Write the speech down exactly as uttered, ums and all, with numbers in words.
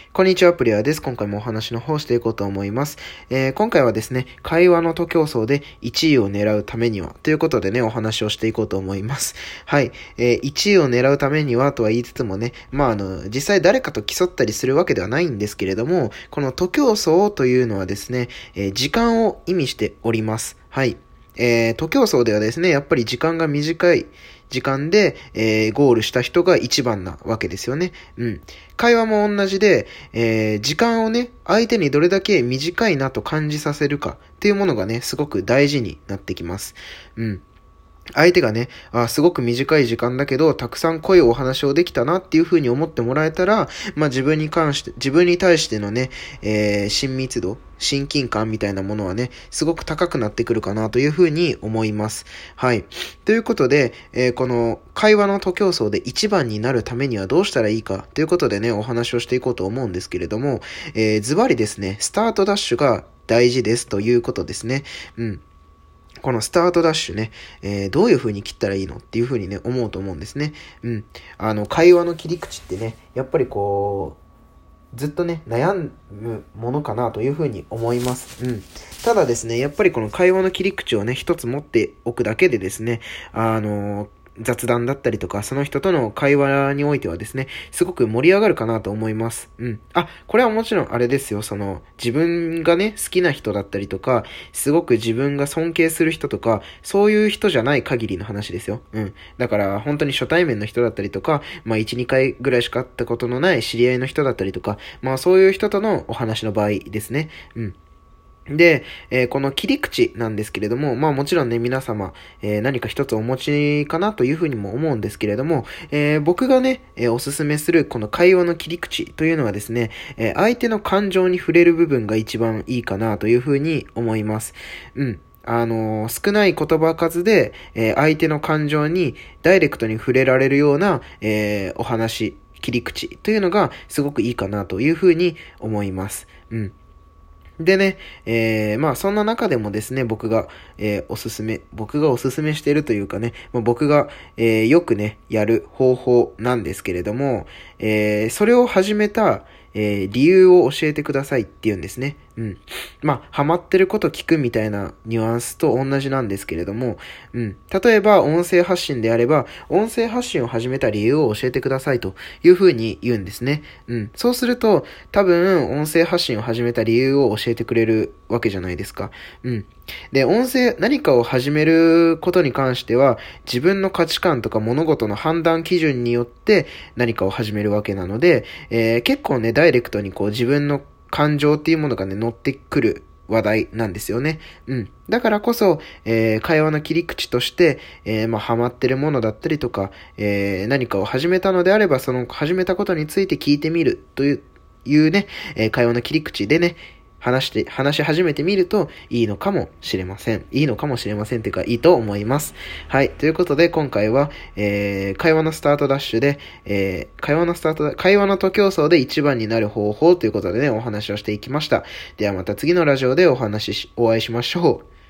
こんにちは、プレイヤーです。今回もお話の方をしていこうと思います。えー、今回はですね、会話の徒競走でいちいを狙うためにはということでね、お話をしていこうと思います。はい。えー、いちいを狙うためにはとは言いつつもね、まあ、あの、実際誰かと競ったりするわけではないんですけれども、この徒競走というのはですね、えー、時間を意味しております。はい。えー、徒競走ではですね、やっぱり時間が短い時間で、えー、ゴールした人が一番なわけですよね。うん。会話も同じで、えー、時間をね、相手にどれだけ短いなと感じさせるかっていうものがね、すごく大事になってきます。うん。相手がね、あ、すごく短い時間だけど、たくさん濃いお話をできたなっていう風に思ってもらえたら、まあ自分に関して、自分に対してのね、えー、親密度、親近感みたいなものはね、すごく高くなってくるかなという風に思います。はい。ということで、えー、この会話の徒競走で一番になるためにはどうしたらいいかということでね、お話をしていこうと思うんですけれども、えー、ズバリですね、スタートダッシュが大事ですということですね。うん。このスタートダッシュね、えー、どういう風に切ったらいいのっていう風にね、思うと思うんですね。うん。あの、会話の切り口ってね、やっぱりこう、ずっとね、悩むものかなという風に思います。うん。ただですね、やっぱりこの会話の切り口をね、一つ持っておくだけでですね、あのー、雑談だったりとか、その人との会話においてはですね、すごく盛り上がるかなと思います。うん。あ、これはもちろんあれですよ、その、自分がね、好きな人だったりとか、すごく自分が尊敬する人とか、そういう人じゃない限りの話ですよ。うん。だから、本当に初対面の人だったりとか、まあ、いち、にかいぐらいしか会ったことのない知り合いの人だったりとか、まあ、そういう人とのお話の場合ですね。うん。で、えー、この切り口なんですけれども、まあもちろんね、皆様、えー、何か一つお持ちかなというふうにも思うんですけれども、えー、僕がね、えー、おすすめするこの会話の切り口というのはですね、えー、相手の感情に触れる部分が一番いいかなというふうに思います。うん。あのー、少ない言葉数で、えー、相手の感情にダイレクトに触れられるような、えー、お話、切り口というのがすごくいいかなというふうに思います。うん。でね、えー、まあそんな中でもですね、僕が、えー、おすすめ、僕がおすすめしているというかね、まあ、僕が、えー、よくね、やる方法なんですけれども、えー、それを始めた、えー、理由を教えてくださいっていうんですね。うん。まあ、ハマってること聞くみたいなニュアンスと同じなんですけれども、うん。例えば、音声発信であれば、音声発信を始めた理由を教えてくださいというふうに言うんですね。うん。そうすると、多分、音声発信を始めた理由を教えてくれるわけじゃないですか。うん。で、音声、何かを始めることに関しては、自分の価値観とか物事の判断基準によって何かを始めるわけなので、えー、結構ね、ダイレクトにこう自分の感情っていうものがね、乗ってくる話題なんですよね。うん。だからこそ、えー、会話の切り口として、えー、まあ、ハマってるものだったりとか、えー、何かを始めたのであれば、その始めたことについて聞いてみるという、いうね、えー、会話の切り口でね、話して、話し始めてみるといいのかもしれません。いいのかもしれませんというか、いいと思います。はい。ということで、今回は、えー、会話のスタートダッシュで、えー、会話のスタート、会話の徒競走で一番になる方法ということでね、お話をしていきました。ではまた次のラジオでお話しし、お会いしましょう。